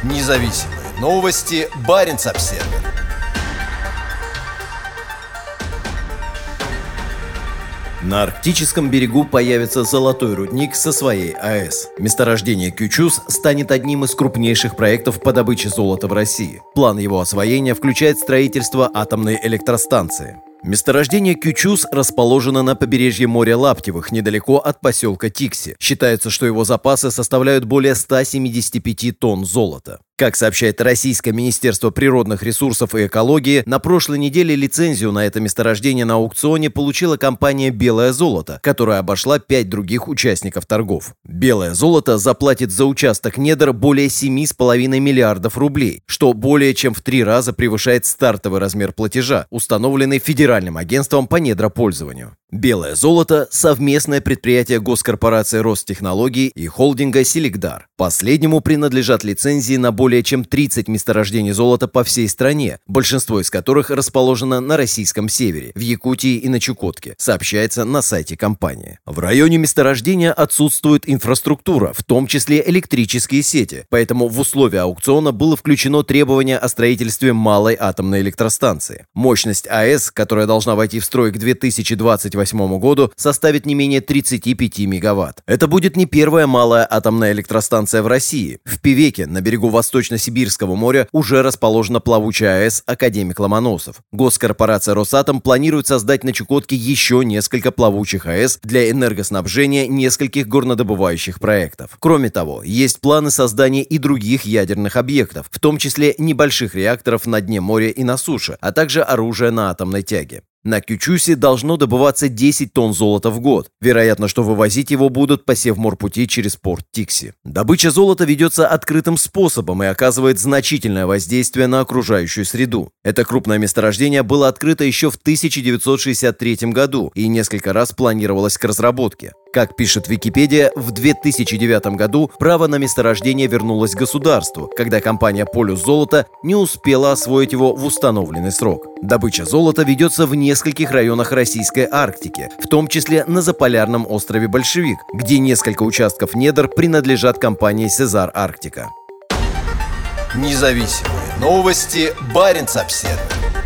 Независимые новости. Баренц-Обсервер. На арктическом берегу появится золотой рудник со своей АЭС. Месторождение Кючуз станет одним из крупнейших проектов по добыче золота в России. План его освоения включает строительство атомной электростанции. Месторождение Кючуз расположено на побережье моря Лаптевых, недалеко от поселка Тикси. Считается, что его запасы составляют более 175 тонн золота. Как сообщает Российское министерство природных ресурсов и экологии, на прошлой неделе лицензию на это месторождение на аукционе получила компания «Белое золото», которая обошла 5 других участников торгов. «Белое золото» заплатит за участок недр более 7,5 миллиардов рублей, что более чем в 3 раза превышает стартовый размер платежа, установленный Федеральным агентством по недропользованию. «Белое золото» – совместное предприятие госкорпорации Ростехнологий и холдинга «Селигдар». Последнему принадлежат лицензии на более чем 30 месторождений золота по всей стране, большинство из которых расположено на российском севере, в Якутии и на Чукотке, сообщается на сайте компании. В районе месторождения отсутствует инфраструктура, в том числе электрические сети, поэтому в условия аукциона было включено требование о строительстве малой атомной электростанции. Мощность АЭС, которая должна войти в строй к 2028 году, составит не менее 35 мегаватт. Это будет не первая малая атомная электростанция в России. В Певеке, на берегу Восточно-Сибирского моря, уже расположена плавучая АЭС «Академик Ломоносов». Госкорпорация «Росатом» планирует создать на Чукотке еще несколько плавучих АЭС для энергоснабжения нескольких горнодобывающих проектов. Кроме того, есть планы создания и других ядерных объектов, в том числе небольших реакторов на дне моря и на суше, а также оружия на атомной тяге. На Кючузе должно добываться 10 тонн золота в год. Вероятно, что вывозить его будут по Севморпути через порт Тикси. Добыча золота ведется открытым способом и оказывает значительное воздействие на окружающую среду. Это крупное месторождение было открыто еще в 1963 году и несколько раз планировалось к разработке. Как пишет Википедия, в 2009 году право на месторождение вернулось государству, когда компания «Полюс золота» не успела освоить его в установленный срок. Добыча золота ведется в нескольких районах российской Арктики, в том числе на заполярном острове Большевик, где несколько участков недр принадлежат компании «Сезар Арктика». Независимые новости. Баренц-Обсервер.